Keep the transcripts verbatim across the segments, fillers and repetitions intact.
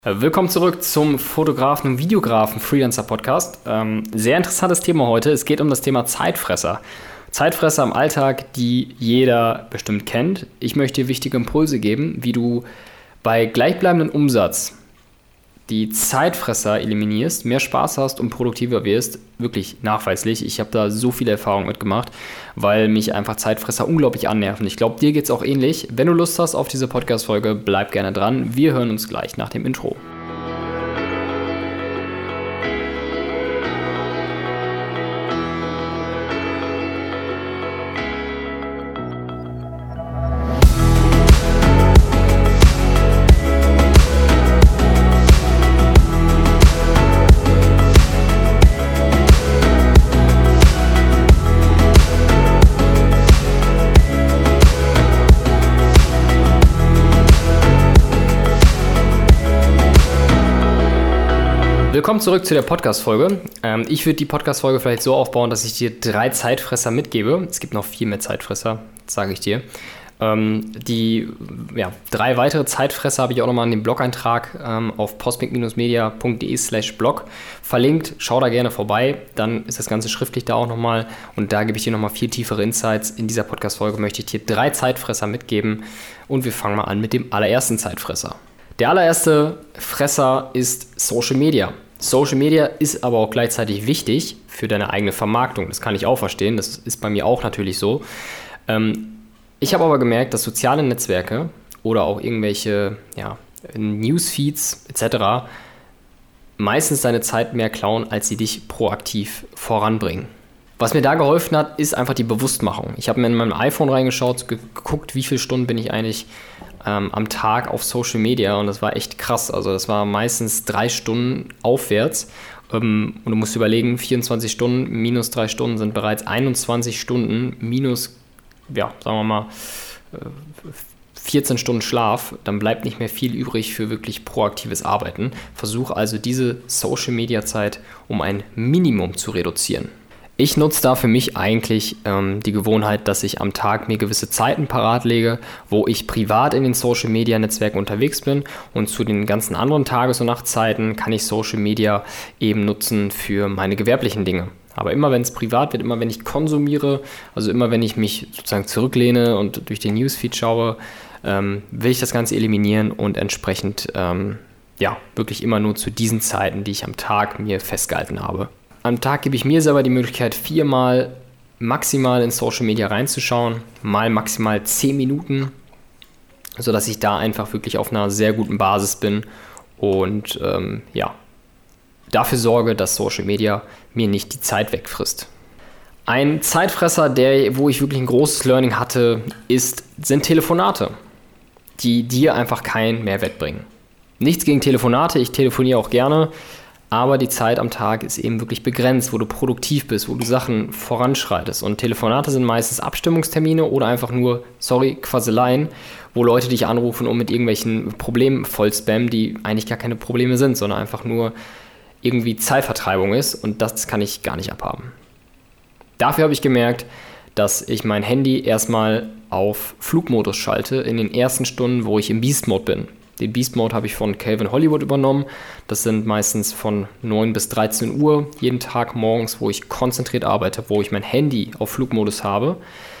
Willkommen zurück zum Fotografen- und Videografen-Freelancer-Podcast. Ähm, sehr interessantes Thema heute. Es geht um das Thema Zeitfresser. Zeitfresser im Alltag, die jeder bestimmt kennt. Ich möchte dir wichtige Impulse geben, wie du bei gleichbleibendem Umsatz die Zeitfresser eliminierst, mehr Spaß hast und produktiver wirst. Wirklich nachweislich. Ich habe da so viele Erfahrungen mitgemacht, weil mich einfach Zeitfresser unglaublich annerven. Ich glaube, dir geht es auch ähnlich. Wenn du Lust hast auf diese Podcast-Folge, bleib gerne dran. Wir hören uns gleich nach dem Intro. Willkommen zurück zu der Podcast-Folge. Ähm, ich würde die Podcast-Folge vielleicht so aufbauen, dass ich dir drei Zeitfresser mitgebe. Es gibt noch viel mehr Zeitfresser, sage ich dir. Ähm, die ja, drei weitere Zeitfresser habe ich auch nochmal in dem Blog-Eintrag ähm, auf postmik-media.de slash blog verlinkt. Schau da gerne vorbei, dann ist das Ganze schriftlich da auch nochmal und da gebe ich dir nochmal viel tiefere Insights. In dieser Podcast-Folge möchte ich dir drei Zeitfresser mitgeben und wir fangen mal an mit dem allerersten Zeitfresser. Der allererste Fresser ist Social Media. Social Media ist aber auch gleichzeitig wichtig für deine eigene Vermarktung. Das kann ich auch verstehen, das ist bei mir auch natürlich so. Ähm, ich habe aber gemerkt, dass soziale Netzwerke oder auch irgendwelche ja, Newsfeeds et cetera meistens deine Zeit mehr klauen, als sie dich proaktiv voranbringen. Was mir da geholfen hat, ist einfach die Bewusstmachung. Ich habe mir in meinem iPhone reingeschaut, geguckt, wie viele Stunden bin ich eigentlich ähm, am Tag auf Social Media und das war echt krass. Also das war meistens drei Stunden aufwärts ähm, und du musst überlegen, vierundzwanzig Stunden minus drei Stunden sind bereits einundzwanzig Stunden minus, ja, sagen wir mal, äh, vierzehn Stunden Schlaf, dann bleibt nicht mehr viel übrig für wirklich proaktives Arbeiten. Versuch also diese Social Media Zeit um ein Minimum zu reduzieren. Ich nutze da für mich eigentlich ähm, die Gewohnheit, dass ich am Tag mir gewisse Zeiten parat lege, wo ich privat in den Social-Media-Netzwerken unterwegs bin und zu den ganzen anderen Tages- und Nachtzeiten kann ich Social Media eben nutzen für meine gewerblichen Dinge. Aber immer wenn es privat wird, immer wenn ich konsumiere, also immer wenn ich mich sozusagen zurücklehne und durch den Newsfeed schaue, ähm, will ich das Ganze eliminieren und entsprechend ähm, ja, wirklich immer nur zu diesen Zeiten, die ich am Tag mir festgehalten habe. Am Tag gebe ich mir selber die Möglichkeit, viermal maximal in Social Media reinzuschauen, mal maximal zehn Minuten, sodass ich da einfach wirklich auf einer sehr guten Basis bin und ähm, ja, dafür sorge, dass Social Media mir nicht die Zeit wegfrisst. Ein Zeitfresser, der, wo ich wirklich ein großes Learning hatte, ist, sind Telefonate, die dir einfach keinen Mehrwert bringen. Nichts gegen Telefonate, ich telefoniere auch gerne, aber die Zeit am Tag ist eben wirklich begrenzt, wo du produktiv bist, wo du Sachen voranschreitest. Und Telefonate sind meistens Abstimmungstermine oder einfach nur, sorry, Quasseleien, wo Leute dich anrufen und mit irgendwelchen Problemen voll spammen, die eigentlich gar keine Probleme sind, sondern einfach nur irgendwie Zeitvertreibung ist. Und das kann ich gar nicht abhaben. Dafür habe ich gemerkt, dass ich mein Handy erstmal auf Flugmodus schalte in den ersten Stunden, wo ich im Beast-Mode bin. Den Beast Mode habe ich von Calvin Hollywood übernommen. Das sind meistens von neun bis dreizehn Uhr jeden Tag morgens, wo ich konzentriert arbeite, wo ich mein Handy auf Flugmodus habe.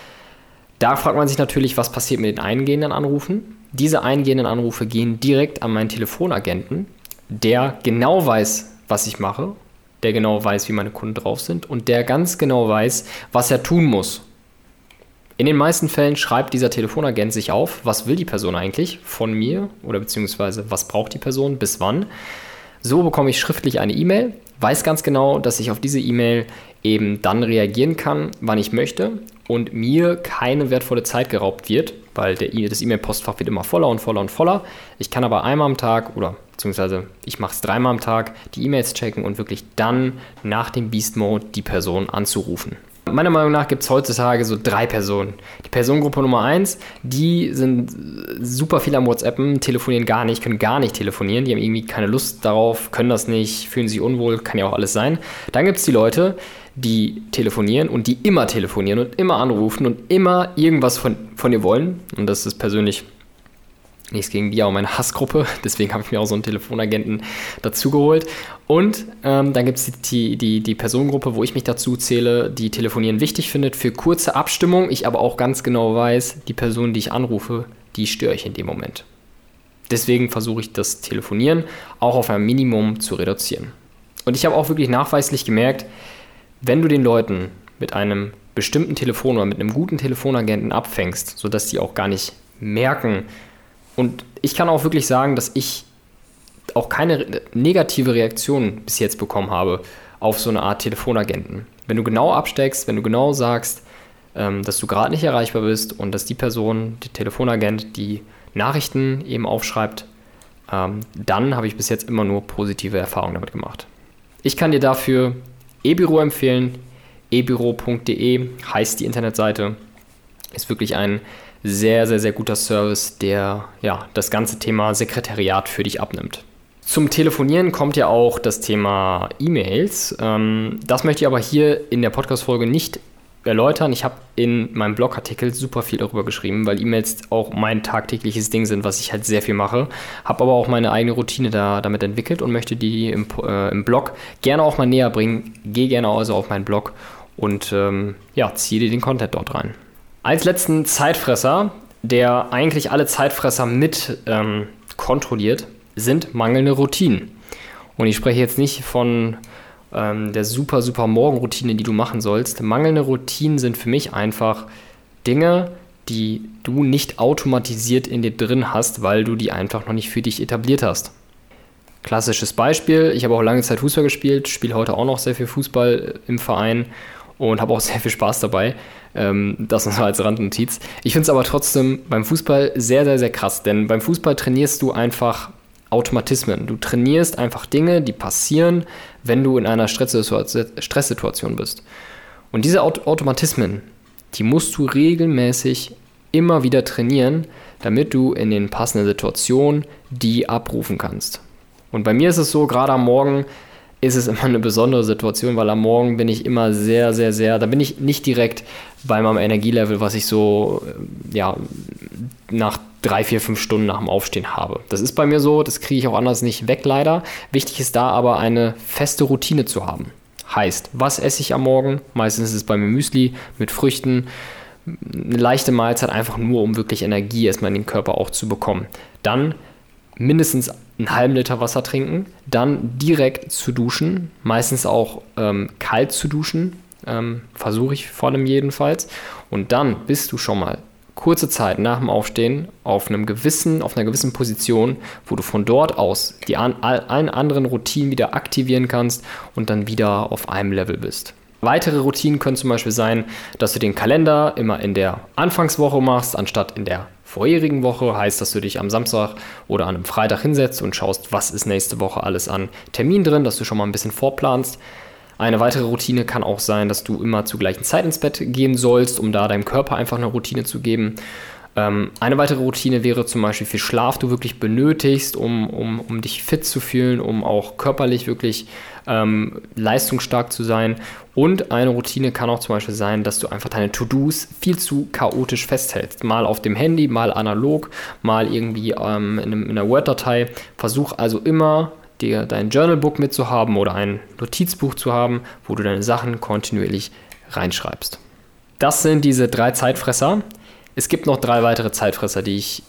Da fragt man sich natürlich, was passiert mit den eingehenden Anrufen. Diese eingehenden Anrufe gehen direkt an meinen Telefonagenten, der genau weiß, was ich mache, der genau weiß, wie meine Kunden drauf sind und der ganz genau weiß, was er tun muss. In den meisten Fällen schreibt dieser Telefonagent sich auf, was will die Person eigentlich von mir oder beziehungsweise was braucht die Person, bis wann. So bekomme ich schriftlich eine E-Mail, weiß ganz genau, dass ich auf diese E-Mail eben dann reagieren kann, wann ich möchte und mir keine wertvolle Zeit geraubt wird, weil der e- das E-Mail-Postfach wird immer voller und voller und voller. Ich kann aber einmal am Tag oder beziehungsweise ich mache es dreimal am Tag, die E-Mails checken und wirklich dann nach dem Beast-Mode die Person anzurufen. Meiner Meinung nach gibt es heutzutage so drei Personen. Die Personengruppe Nummer eins, die sind super viel am WhatsAppen, telefonieren gar nicht, können gar nicht telefonieren, die haben irgendwie keine Lust darauf, können das nicht, fühlen sich unwohl, kann ja auch alles sein. Dann gibt es die Leute, die telefonieren und die immer telefonieren und immer anrufen und immer irgendwas von, von dir wollen. Und das ist persönlich Nichts gegen die, aber meine Hassgruppe. Deswegen habe ich mir auch so einen Telefonagenten dazu geholt. Und ähm, dann gibt es die, die, die Personengruppe, wo ich mich dazu zähle, die Telefonieren wichtig findet für kurze Abstimmung. Ich aber auch ganz genau weiß, die Person, die ich anrufe, die störe ich in dem Moment. Deswegen versuche ich das Telefonieren auch auf ein Minimum zu reduzieren. Und ich habe auch wirklich nachweislich gemerkt, wenn du den Leuten mit einem bestimmten Telefon oder mit einem guten Telefonagenten abfängst, sodass die auch gar nicht merken. Und ich kann auch wirklich sagen, dass ich auch keine negative Reaktion bis jetzt bekommen habe auf so eine Art Telefonagenten. Wenn du genau absteckst, wenn du genau sagst, ähm, dass du gerade nicht erreichbar bist und dass die Person, der Telefonagent, die Nachrichten eben aufschreibt, ähm, dann habe ich bis jetzt immer nur positive Erfahrungen damit gemacht. Ich kann dir dafür eBüro empfehlen. ebüro punkt de heißt die Internetseite. Ist wirklich ein sehr, sehr, sehr guter Service, der ja, das ganze Thema Sekretariat für dich abnimmt. Zum Telefonieren kommt ja auch das Thema E-Mails. Ähm, das möchte ich aber hier in der Podcast-Folge nicht erläutern. Ich habe in meinem Blogartikel super viel darüber geschrieben, weil E-Mails auch mein tagtägliches Ding sind, was ich halt sehr viel mache. Habe aber auch meine eigene Routine da, damit entwickelt und möchte die im, äh, im Blog gerne auch mal näher bringen. Geh gerne also auf meinen Blog und ähm, ja, ziehe dir den Content dort rein. Als letzten Zeitfresser, der eigentlich alle Zeitfresser mit ähm, kontrolliert, sind mangelnde Routinen. Und ich spreche jetzt nicht von ähm, der super, super Morgenroutine, die du machen sollst. Mangelnde Routinen sind für mich einfach Dinge, die du nicht automatisiert in dir drin hast, weil du die einfach noch nicht für dich etabliert hast. Klassisches Beispiel, ich habe auch lange Zeit Fußball gespielt, spiele heute auch noch sehr viel Fußball im Verein und habe auch sehr viel Spaß dabei. Ähm, das nur als Randnotiz. Ich finde es aber trotzdem beim Fußball sehr, sehr, sehr krass, denn beim Fußball trainierst du einfach Automatismen. Du trainierst einfach Dinge, die passieren, wenn du in einer Stresssituation bist. Und diese Automatismen, die musst du regelmäßig immer wieder trainieren, damit du in den passenden Situationen die abrufen kannst. Und bei mir ist es so, gerade am Morgen ist es immer eine besondere Situation, weil am Morgen bin ich immer sehr, sehr, sehr, da bin ich nicht direkt bei meinem Energielevel, was ich so, ja, nach drei, vier, fünf Stunden nach dem Aufstehen habe. Das ist bei mir so, das kriege ich auch anders nicht weg, leider. Wichtig ist da aber eine feste Routine zu haben. Heißt, was esse ich am Morgen? Meistens ist es bei mir Müsli mit Früchten, eine leichte Mahlzeit, einfach nur, um wirklich Energie erstmal in den Körper auch zu bekommen. Dann mindestens einen halben Liter Wasser trinken, dann direkt zu duschen, meistens auch ähm, kalt zu duschen, ähm, versuche ich vor allem jedenfalls. Und dann bist du schon mal kurze Zeit nach dem Aufstehen auf einem gewissen, auf einer gewissen Position, wo du von dort aus die an, allen anderen Routinen wieder aktivieren kannst und dann wieder auf einem Level bist. Weitere Routinen können zum Beispiel sein, dass du den Kalender immer in der Anfangswoche machst, anstatt in der vorherigen Woche. Heißt, dass du dich am Samstag oder an einem Freitag hinsetzt und schaust, was ist nächste Woche alles an Termin drin, dass du schon mal ein bisschen vorplanst. Eine weitere Routine kann auch sein, dass du immer zur gleichen Zeit ins Bett gehen sollst, um da deinem Körper einfach eine Routine zu geben. Ähm, eine weitere Routine wäre zum Beispiel, wie viel Schlaf du wirklich benötigst, um, um, um dich fit zu fühlen, um auch körperlich wirklich ähm, leistungsstark zu sein. Und eine Routine kann auch zum Beispiel sein, dass du einfach deine To-Dos viel zu chaotisch festhältst. Mal auf dem Handy, mal analog, mal irgendwie ähm, in, einem, in einer Word-Datei. Versuch also immer, dir dein Journalbook mitzuhaben oder ein Notizbuch zu haben, wo du deine Sachen kontinuierlich reinschreibst. Das sind diese drei Zeitfresser. Es gibt noch drei weitere Zeitfresser, die ich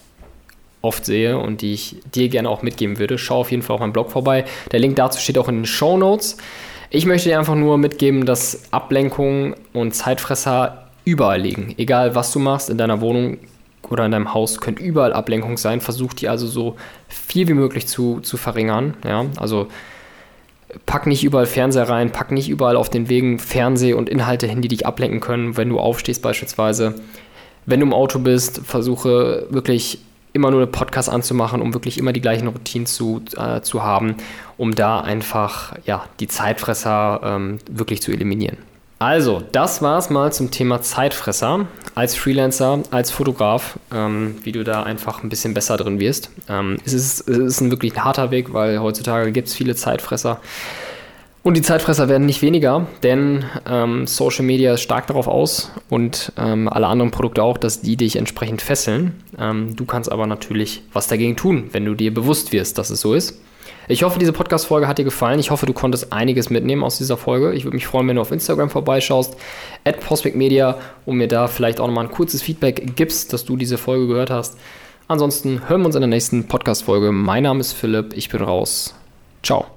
oft sehe und die ich dir gerne auch mitgeben würde. Schau auf jeden Fall auf meinem Blog vorbei. Der Link dazu steht auch in den Shownotes. Ich möchte dir einfach nur mitgeben, dass Ablenkungen und Zeitfresser überall liegen. Egal, was du machst in deiner Wohnung oder in deinem Haus, können überall Ablenkung sein. Versuch die also so viel wie möglich zu, zu verringern. Ja? Also pack nicht überall Fernseher rein, pack nicht überall auf den Wegen Fernseh und Inhalte hin, die dich ablenken können, wenn du aufstehst beispielsweise. Wenn du im Auto bist, versuche wirklich immer nur einen Podcast anzumachen, um wirklich immer die gleichen Routinen zu, äh, zu haben, um da einfach ja, die Zeitfresser ähm, wirklich zu eliminieren. Also, das war es mal zum Thema Zeitfresser als Freelancer, als Fotograf, ähm, wie du da einfach ein bisschen besser drin wirst. Ähm, es ist, es ist ein wirklich ein harter Weg, weil heutzutage gibt es viele Zeitfresser. Und die Zeitfresser werden nicht weniger, denn ähm, Social Media ist stark darauf aus und ähm, alle anderen Produkte auch, dass die dich entsprechend fesseln. Ähm, du kannst aber natürlich was dagegen tun, wenn du dir bewusst wirst, dass es so ist. Ich hoffe, diese Podcast-Folge hat dir gefallen. Ich hoffe, du konntest einiges mitnehmen aus dieser Folge. Ich würde mich freuen, wenn du auf Instagram vorbeischaust, at prospectmedia, und mir da vielleicht auch nochmal ein kurzes Feedback gibst, dass du diese Folge gehört hast. Ansonsten hören wir uns in der nächsten Podcast-Folge. Mein Name ist Philipp, ich bin raus. Ciao.